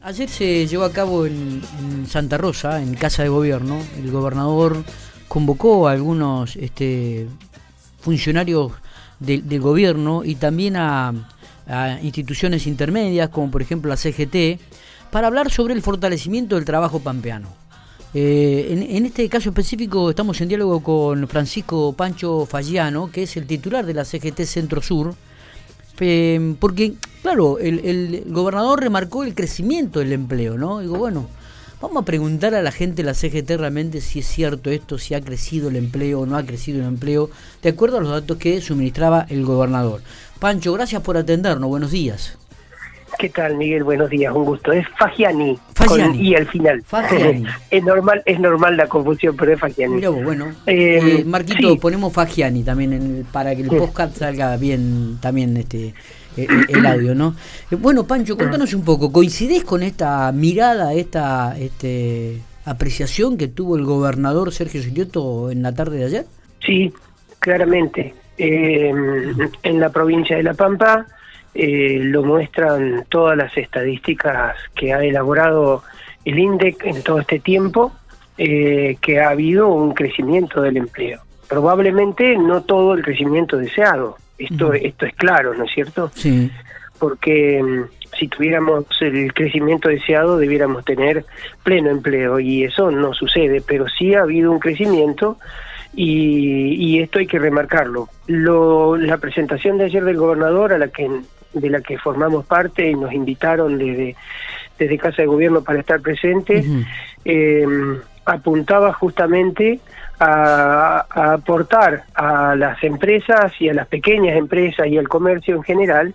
Ayer se llevó a cabo en Santa Rosa, en Casa de Gobierno. El gobernador convocó a algunos funcionarios del gobierno y también a instituciones intermedias, como por ejemplo la CGT, para hablar sobre el fortalecimiento del trabajo pampeano. En este caso específico estamos en diálogo con Francisco Pancho Fagiano, que es el titular de la CGT Centro Sur, porque, claro, el gobernador remarcó el crecimiento del empleo, ¿no? Digo, bueno, vamos a preguntar a la gente de la CGT realmente si es cierto esto, si ha crecido el empleo o no ha crecido el empleo, de acuerdo a los datos que suministraba el gobernador. Pancho, gracias por atendernos, buenos días. ¿Qué tal, Miguel? Buenos días, un gusto. Es Fagiani, Fagiani. con I al final. Fagiani. Es normal la confusión, pero es Fagiani. Mirá vos, bueno. Marquito, sí. Ponemos Fagiani también para que el podcast salga bien también el audio, ¿no? Bueno, Pancho, contanos un poco. ¿Coincidís con esta mirada, esta apreciación que tuvo el gobernador Sergio Silioto en la tarde de ayer? Sí, claramente. En la provincia de La Pampa lo muestran todas las estadísticas que ha elaborado el INDEC en todo este tiempo, que ha habido un crecimiento del empleo. Probablemente no todo el crecimiento deseado. Esto es claro, ¿no es cierto? Sí. Porque si tuviéramos el crecimiento deseado debiéramos tener pleno empleo y eso no sucede, pero sí ha habido un crecimiento y esto hay que remarcarlo. La presentación de ayer del gobernador, de la que formamos parte y nos invitaron desde Casa de Gobierno para estar presentes, apuntaba justamente a aportar a las empresas y a las pequeñas empresas y al comercio en general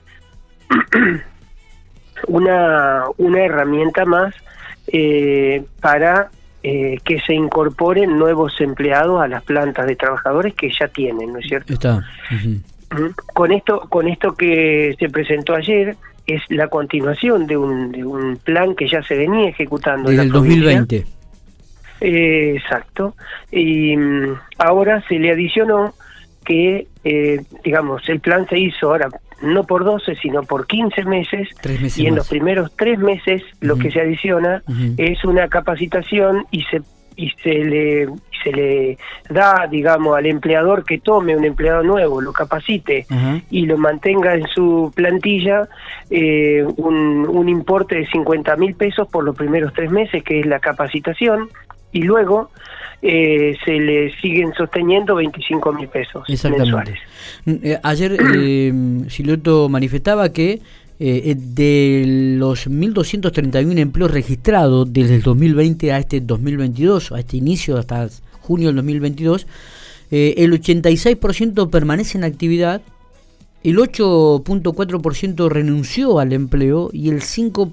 una herramienta más para que se incorporen nuevos empleados a las plantas de trabajadores que ya tienen, ¿no es cierto? Está. Con esto que se presentó ayer es la continuación de un plan que ya se venía ejecutando desde en la el 2020. Exacto. Y ahora se le adicionó que, digamos, el plan se hizo ahora no por 12, sino por 15 meses. 3 meses y en más. los primeros 3 meses lo que se adiciona es una capacitación y se le da, digamos, al empleador que tome un empleado nuevo, lo capacite y lo mantenga en su plantilla, un importe de 50.000 pesos por los primeros 3 meses, que es la capacitación, y luego se le siguen sosteniendo 25.000 pesos mensuales. Ayer Silioto manifestaba que de los 1.231 empleos registrados desde el 2020 a este 2022, a este inicio hasta junio del 2022, el 86% permanece en actividad, el 8.4% renunció al empleo y el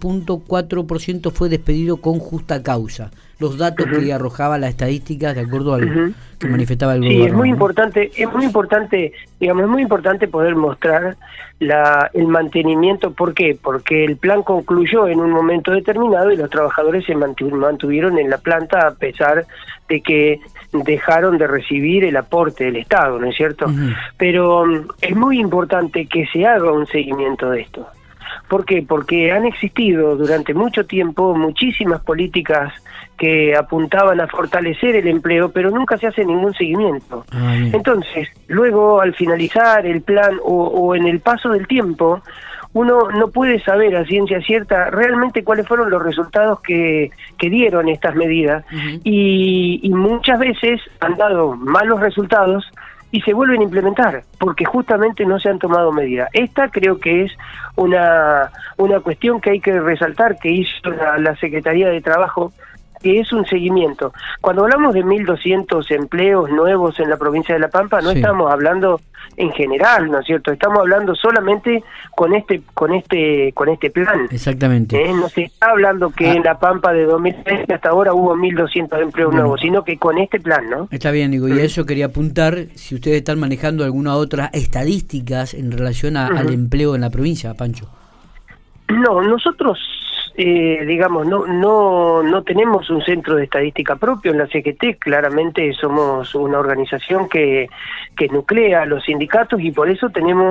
5.4% fue despedido con justa causa. Los datos que arrojaba la estadística de acuerdo al que manifestaba el gobierno. Sí, es muy importante, digamos, es muy importante poder mostrar el mantenimiento. ¿Por qué? Porque el plan concluyó en un momento determinado y los trabajadores se mantuvieron en la planta a pesar de que dejaron de recibir el aporte del Estado, ¿no es cierto? Pero es muy importante que se haga un seguimiento de esto. ¿Por qué? Porque han existido durante mucho tiempo muchísimas políticas que apuntaban a fortalecer el empleo, pero nunca se hace ningún seguimiento. Entonces, luego al finalizar el plan o en el paso del tiempo, uno no puede saber a ciencia cierta realmente cuáles fueron los resultados que dieron estas medidas y muchas veces han dado malos resultados y se vuelven a implementar, porque justamente no se han tomado medidas. Esta creo que es una cuestión que hay que resaltar, que hizo la Secretaría de Trabajo, que es un seguimiento. Cuando hablamos de 1.200 empleos nuevos en la provincia de La Pampa, no estamos hablando en general, ¿no es cierto? Estamos hablando solamente con este plan. Exactamente. No se está hablando que en La Pampa de 2013 hasta ahora hubo 1.200 empleos nuevos, sino que con este plan, ¿no? Está bien, digo, y a eso quería apuntar, si ustedes están manejando alguna otra estadísticas en relación al empleo en la provincia, Pancho. No, nosotros digamos, no tenemos un centro de estadística propio en la CGT. Claramente somos una organización que nuclea a los sindicatos y por eso tenemos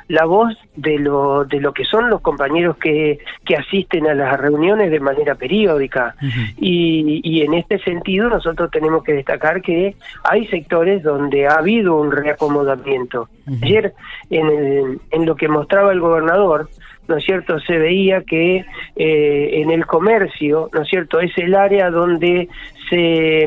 la voz de lo que son los compañeros que asisten a las reuniones de manera periódica. Y en este sentido nosotros tenemos que destacar que hay sectores donde ha habido un reacomodamiento. Ayer en lo que mostraba el gobernador, ¿no es cierto?, se veía que en el comercio, ¿no es cierto?, es el área donde se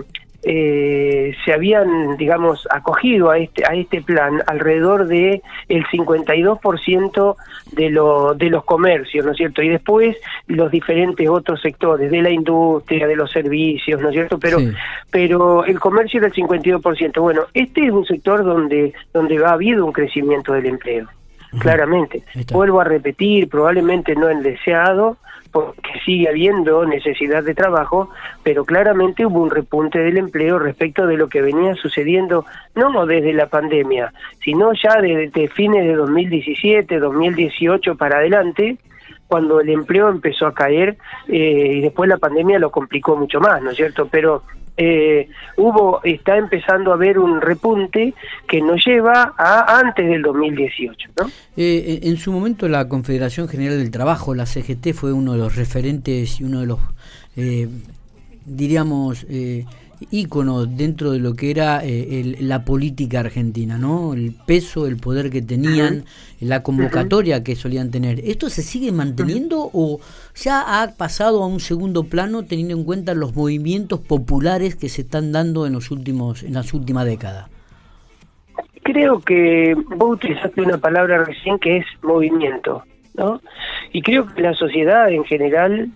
habían, digamos, acogido a este plan alrededor de el 52% de los comercios, ¿no es cierto? Y después los diferentes otros sectores de la industria, de los servicios, ¿no es cierto? Pero el comercio era el 52%. Bueno, este es un sector donde ha habido un crecimiento del empleo. Claramente. Vuelvo a repetir, probablemente no el deseado, porque sigue habiendo necesidad de trabajo, pero claramente hubo un repunte del empleo respecto de lo que venía sucediendo, no desde la pandemia, sino ya desde fines de 2017, 2018 para adelante, cuando el empleo empezó a caer, y después la pandemia lo complicó mucho más, ¿no es cierto? Pero está empezando a haber un repunte que nos lleva a antes del 2018, ¿no? En su momento la Confederación General del Trabajo, la CGT, fue uno de los referentes y uno de los, diríamos, íconos dentro de lo que era la política argentina, ¿no? El peso, el poder que tenían, la convocatoria que solían tener. ¿Esto se sigue manteniendo o ya ha pasado a un segundo plano teniendo en cuenta los movimientos populares que se están dando en las últimas décadas? Creo que vos utilizaste una palabra recién que es movimiento, ¿no? Y creo que en la sociedad en general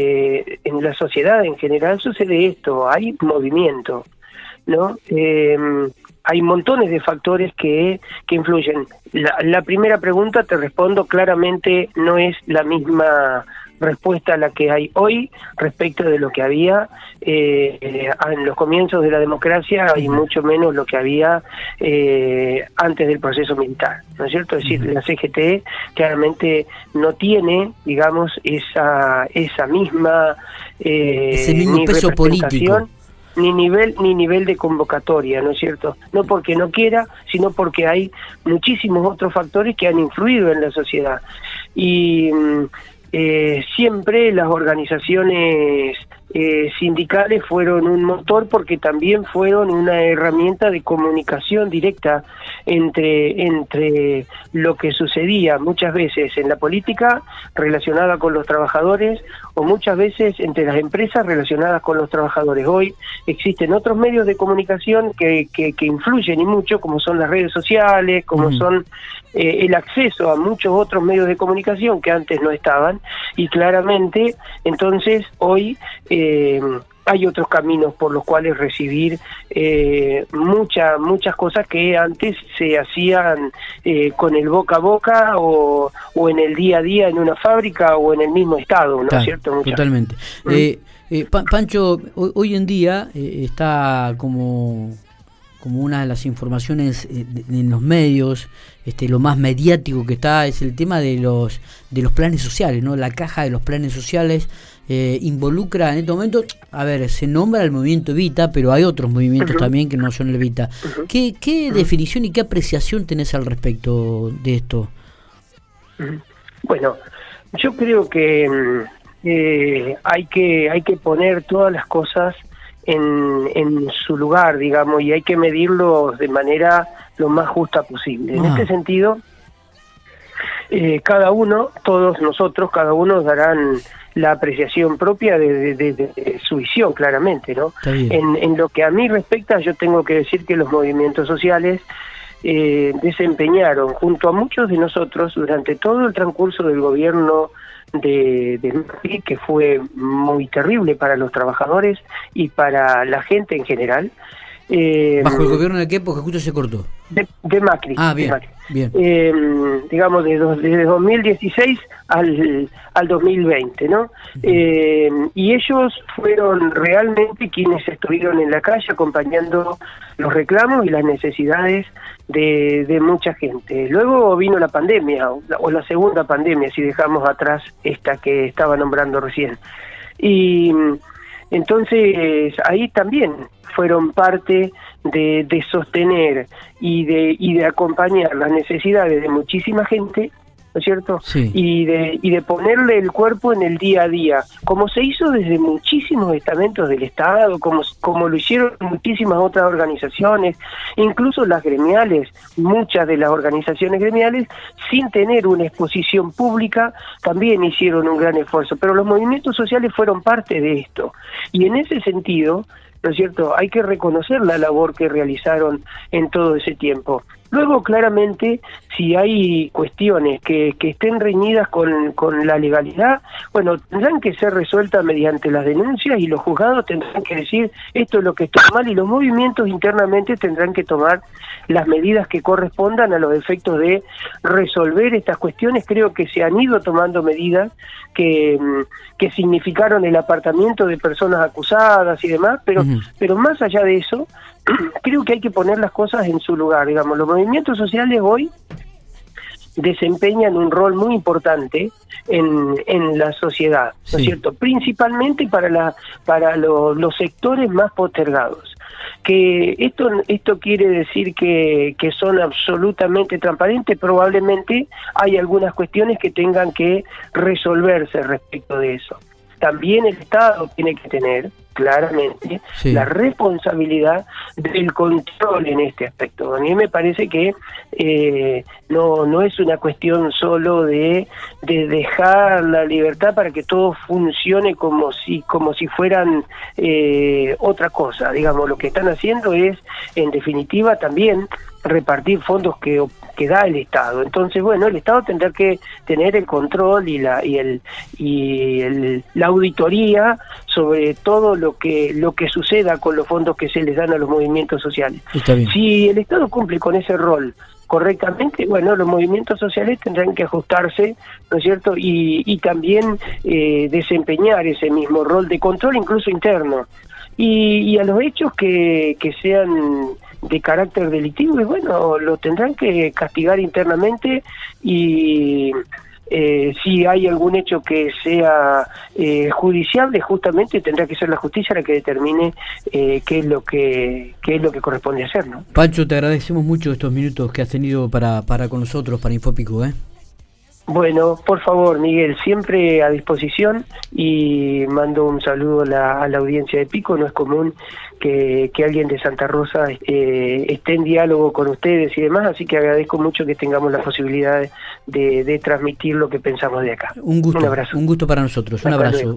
sucede esto, hay movimiento, ¿no? Hay montones de factores que influyen. La primera pregunta, te respondo claramente, no es la misma respuesta a la que hay hoy respecto de lo que había en los comienzos de la democracia y mucho menos lo que había antes del proceso militar, ¿no es cierto? Es decir, la CGT claramente no tiene, digamos, esa misma ese mismo peso político, ni nivel de convocatoria, ¿no es cierto? No porque no quiera, sino porque hay muchísimos otros factores que han influido en la sociedad. Y siempre las organizaciones sindicales fueron un motor porque también fueron una herramienta de comunicación directa entre lo que sucedía muchas veces en la política relacionada con los trabajadores o muchas veces entre las empresas relacionadas con los trabajadores. Hoy existen otros medios de comunicación que influyen y mucho, como son las redes sociales, como son el acceso a muchos otros medios de comunicación que antes no estaban, y claramente entonces hoy hay otros caminos por los cuales recibir muchas cosas que antes se hacían con el boca a boca o en el día a día en una fábrica o en el mismo estado, ¿no es cierto? Totalmente. Pancho, hoy en día está como una de las informaciones en los medios, lo más mediático que está es el tema de los planes sociales, ¿no? La caja de los planes sociales involucra en este momento, se nombra el movimiento Evita, pero hay otros movimientos también que no son el Evita. ¿Qué definición y qué apreciación tenés al respecto de esto? Bueno, yo creo que hay que poner todas las cosas en su lugar, digamos, y hay que medirlos de manera lo más justa posible. En este sentido, todos nosotros, cada uno darán la apreciación propia de su visión, claramente, ¿no? En lo que a mí respecta, yo tengo que decir que los movimientos sociales desempeñaron junto a muchos de nosotros durante todo el transcurso del gobierno de Macri, que fue muy terrible para los trabajadores y para la gente en general. ¿Bajo el gobierno de qué? Porque justo se cortó. De Macri. Bien, de Macri. Bien. Digamos, desde 2016 al 2020, ¿no? Y ellos fueron realmente quienes estuvieron en la calle acompañando los reclamos y las necesidades de mucha gente. Luego vino la pandemia, o la segunda pandemia, si dejamos atrás esta que estaba nombrando recién. Y Entonces ahí también fueron parte de sostener y de acompañar las necesidades de muchísima gente, ¿no es cierto? Sí. Y de ponerle el cuerpo en el día a día, como se hizo desde muchísimos estamentos del Estado, como lo hicieron muchísimas otras organizaciones, incluso las gremiales, muchas de las organizaciones gremiales, sin tener una exposición pública, también hicieron un gran esfuerzo, pero los movimientos sociales fueron parte de esto, y en ese sentido, ¿no es cierto?, hay que reconocer la labor que realizaron en todo ese tiempo. Luego, claramente, si hay cuestiones que estén reñidas con la legalidad, bueno, tendrán que ser resueltas mediante las denuncias y los juzgados tendrán que decir esto es lo que está mal y los movimientos internamente tendrán que tomar las medidas que correspondan a los efectos de resolver estas cuestiones. Creo que se han ido tomando medidas que significaron el apartamiento de personas acusadas y demás, pero más allá de eso, creo que hay que poner las cosas en su lugar. Digamos, los movimientos sociales hoy desempeñan un rol muy importante en la sociedad, ¿no es cierto? Principalmente para los sectores más postergados. Que esto quiere decir que son absolutamente transparentes. Probablemente hay algunas cuestiones que tengan que resolverse respecto de eso. También el Estado tiene que tener claramente la responsabilidad del control en este aspecto. A mí me parece que no es una cuestión solo de dejar la libertad para que todo funcione como si fueran otra cosa. Digamos, lo que están haciendo es, en definitiva, también repartir fondos que da el Estado. Entonces, bueno, el Estado tendrá que tener el control y la auditoría sobre todo lo que suceda con los fondos que se les dan a los movimientos sociales. Si el Estado cumple con ese rol correctamente, bueno, los movimientos sociales tendrán que ajustarse, ¿no es cierto? Y también desempeñar ese mismo rol de control, incluso interno. Y a los hechos que sean de carácter delictivo, y bueno, lo tendrán que castigar internamente, y si hay algún hecho que sea judiciable, justamente tendrá que ser la justicia la que determine qué es lo que corresponde hacer, ¿no? Pancho, te agradecemos mucho estos minutos que has tenido para con nosotros, para Infopico, ¿eh? Bueno, por favor, Miguel, siempre a disposición, y mando un saludo a la audiencia de Pico. No es común que alguien de Santa Rosa esté en diálogo con ustedes y demás, así que agradezco mucho que tengamos la posibilidad de transmitir lo que pensamos de acá. Un gusto, un abrazo. Un gusto para nosotros, un abrazo.